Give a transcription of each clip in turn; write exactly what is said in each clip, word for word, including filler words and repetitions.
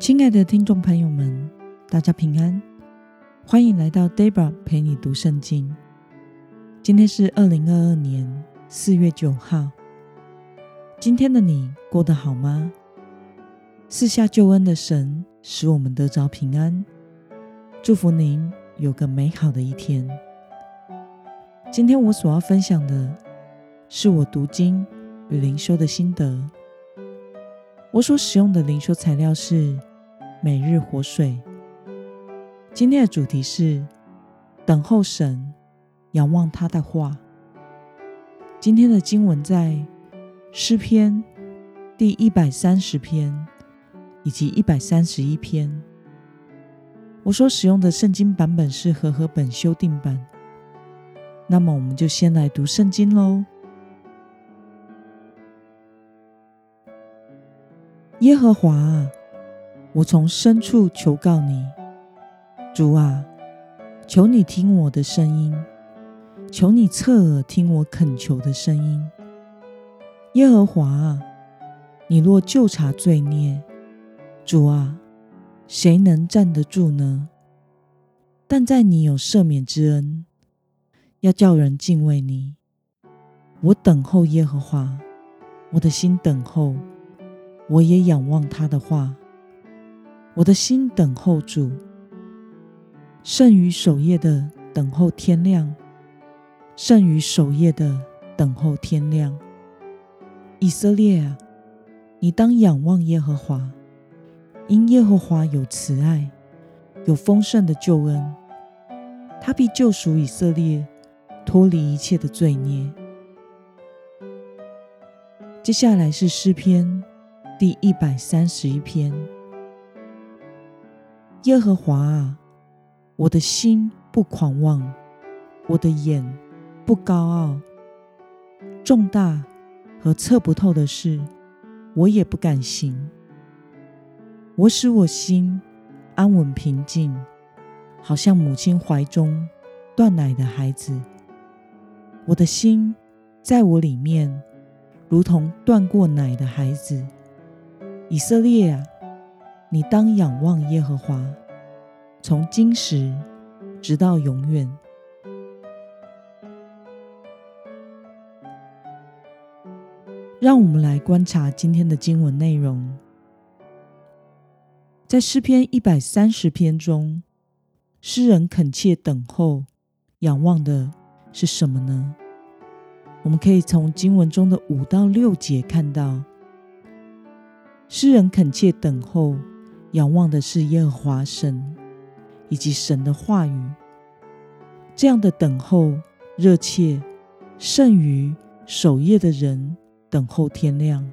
亲爱的听众朋友们，大家平安，欢迎来到 Debra 陪你读圣经。今天是二零二二年四月九号，今天的你过得好吗？赐下救恩的神使我们得着平安，祝福您有个美好的一天。今天我所要分享的是我读经与灵修的心得。我所使用的灵修材料是每日活水。今天的主题是等候神，仰望他的话。今天的经文在诗篇第一百三十篇以及一百三十一篇。我所使用的圣经版本是和合本修订版。那么我们就先来读圣经咯。耶和华啊，我从深处求告你，主啊，求你听我的声音，求你侧耳听我恳求的声音。耶和华啊，你若究察罪孽，主啊，谁能站得住呢？但在你有赦免之恩，要叫人敬畏你。我等候耶和华，我的心等候，我也仰望他的话。我的心等候主，胜于守夜的等候天亮，胜于守夜的等候天亮。以色列啊，你当仰望耶和华，因耶和华有慈爱，有丰盛的救恩，他必救赎以色列，脱离一切的罪孽。接下来是诗篇第一百三十一篇。耶和华啊，我的心不狂妄，我的眼不高傲，重大和测不透的事，我也不敢行。我使我心安稳平静，好像母亲怀中断奶的孩子。我的心在我里面，如同断过奶的孩子。以色列啊，你当仰望耶和华，从今时直到永远。让我们来观察今天的经文内容。在诗篇一百三十篇中，诗人恳切等候、仰望的是什么呢？我们可以从经文中的五到六节看到，诗人恳切等候、仰望的是耶和华神以及神的话语。这样的等候热切，胜于守夜的人等候天亮。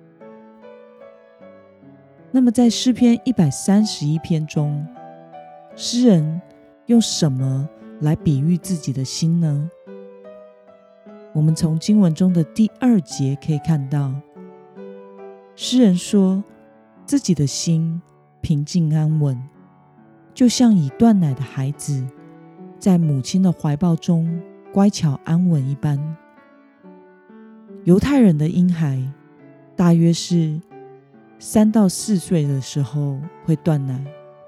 那么在诗篇一百三十一篇中，诗人用什么来比喻自己的心呢？我们从经文中的第二节可以看到，诗人说自己的心平静安稳，就像已断奶的孩子在母亲的怀抱中乖巧安稳一般。犹太人的婴孩大约是三到四岁的时候会断奶。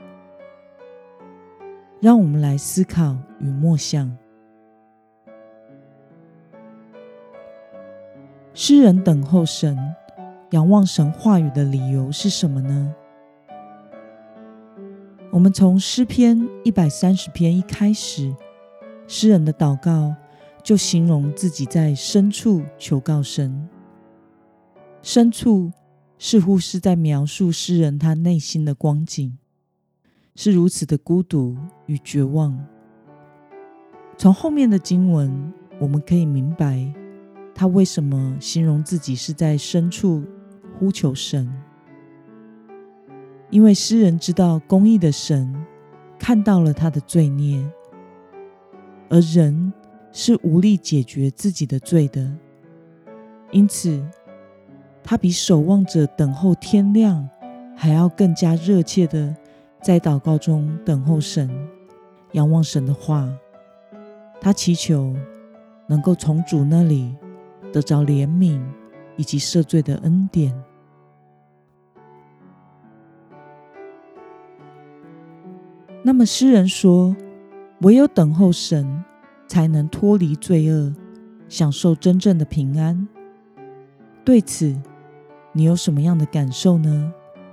让我们来思考与默想，诗人等候神、仰望神话语的理由是什么呢？我们从诗篇一百三十篇一开始，诗人的祷告就形容自己在深处求告神。深处似乎是在描述诗人他内心的光景，是如此的孤独与绝望。从后面的经文，我们可以明白他为什么形容自己是在深处呼求神。因为诗人知道公义的神看到了他的罪孽，而人是无力解决自己的罪的，因此他比守望者等候天亮还要更加热切的在祷告中等候神，仰望神的话。他祈求能够从主那里得着怜悯以及赦罪的恩典。 那么诗人说，唯有等候神，才能脱离罪恶，享受真正的平安。对此，你有什么样的感受呢？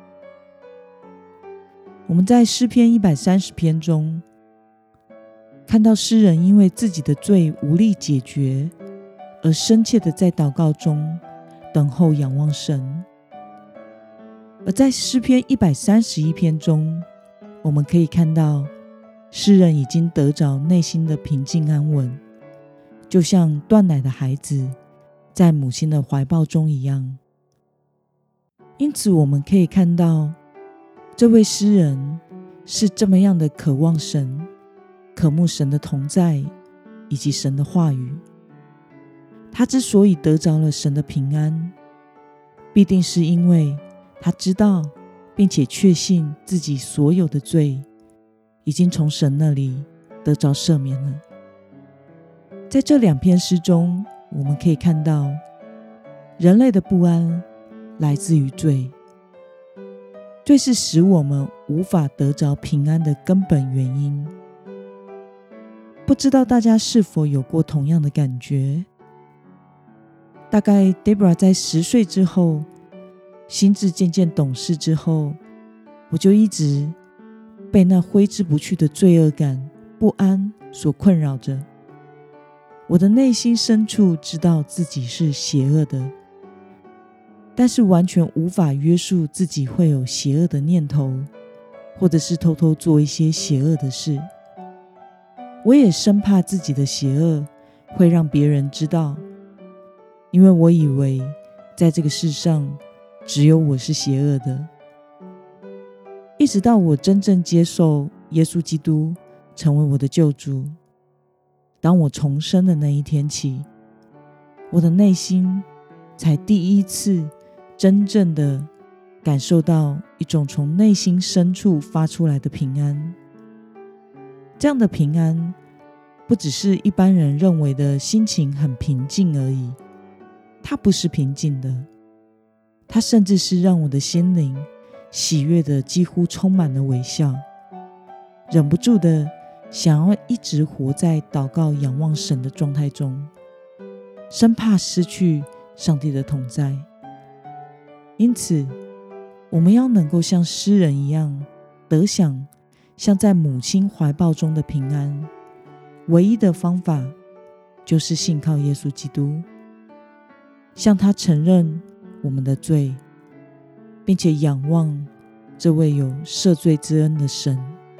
我们在诗篇一百三十篇中，看到诗人因为自己的罪无力解决，而深切的在祷告中等候仰望神。而在诗篇一百三十一篇中，我们可以看到诗人已经得着内心的平静安稳，就像断奶的孩子在母亲的怀抱中一样。因此我们可以看到这位诗人是这么样的渴望神，渴慕神的同在以及神的话语。他之所以得着了神的平安，必定是因为他知道并且确信自己所有的罪已经从神那里得着赦免了。在这两篇诗中，我们可以看到人类的不安来自于罪，罪是使我们无法得着平安的根本原因。不知道大家是否有过同样的感觉？大概 Deborah 在十岁之后，心智渐渐懂事之后，我就一直被那挥之不去的罪恶感、不安所困扰着。我的内心深处知道自己是邪恶的，但是完全无法约束自己会有邪恶的念头，或者是偷偷做一些邪恶的事。我也生怕自己的邪恶会让别人知道，因为我以为在这个世上只有我是邪恶的。一直到我真正接受耶稣基督成为我的救主，当我重生的那一天起，我的内心才第一次真正的感受到一种从内心深处发出来的平安。这样的平安不只是一般人认为的心情很平静而已，它不是平静的，它甚至是让我的心灵喜悦的几乎充满了微笑，忍不住的想要一直活在祷告仰望神的状态中，生怕失去上帝的同在。因此我们要能够像诗人一样得享像在母亲怀抱中的平安，唯一的方法就是信靠耶稣基督，向他承认我们的罪，并且仰望这位有赦罪之恩的神。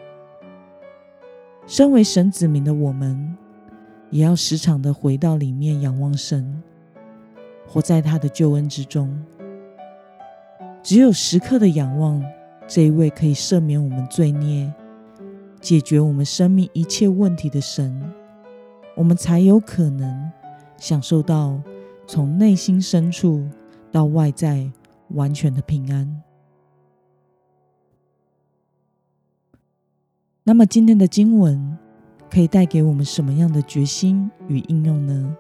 身为神子民的我们，也要时常的回到里面仰望神，活在他的救恩之中。只有时刻的仰望这一位可以赦免我们罪孽，解决我们生命一切问题的神，我们才有可能享受到从内心深处到外在完全的平安。那么今天的经文可以带给我们什么样的决心与应用呢？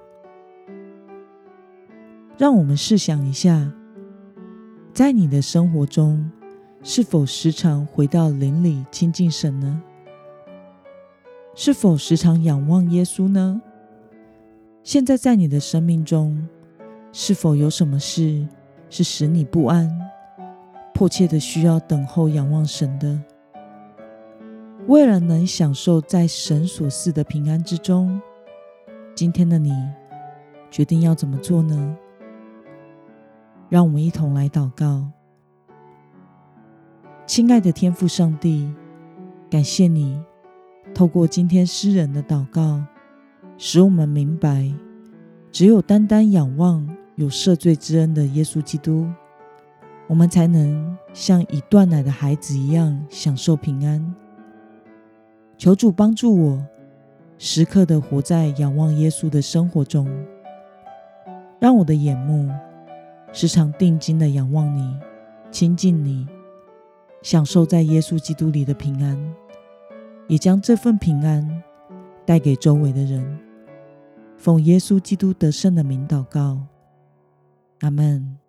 让我们试想一下，在你的生活中，是否时常回到灵里亲近神呢？是否时常仰望耶稣呢？现在在你的生命中，是否有什么事是使你不安，迫切的需要等候仰望神的？为了能享受在神所赐的平安之中，今天的你决定要怎么做呢？让我们一同来祷告。亲爱的天父上帝，感谢你透过今天诗人的祷告，使我们明白，只有单单仰望有赦罪之恩的耶稣基督，我们才能像已断奶的孩子一样享受平安。求主帮助我，时刻的活在仰望耶稣的生活中，让我的眼目时常定睛的仰望你，亲近你，享受在耶稣基督里的平安，也将这份平安带给周围的人。奉耶稣基督得胜的名祷告，阿们。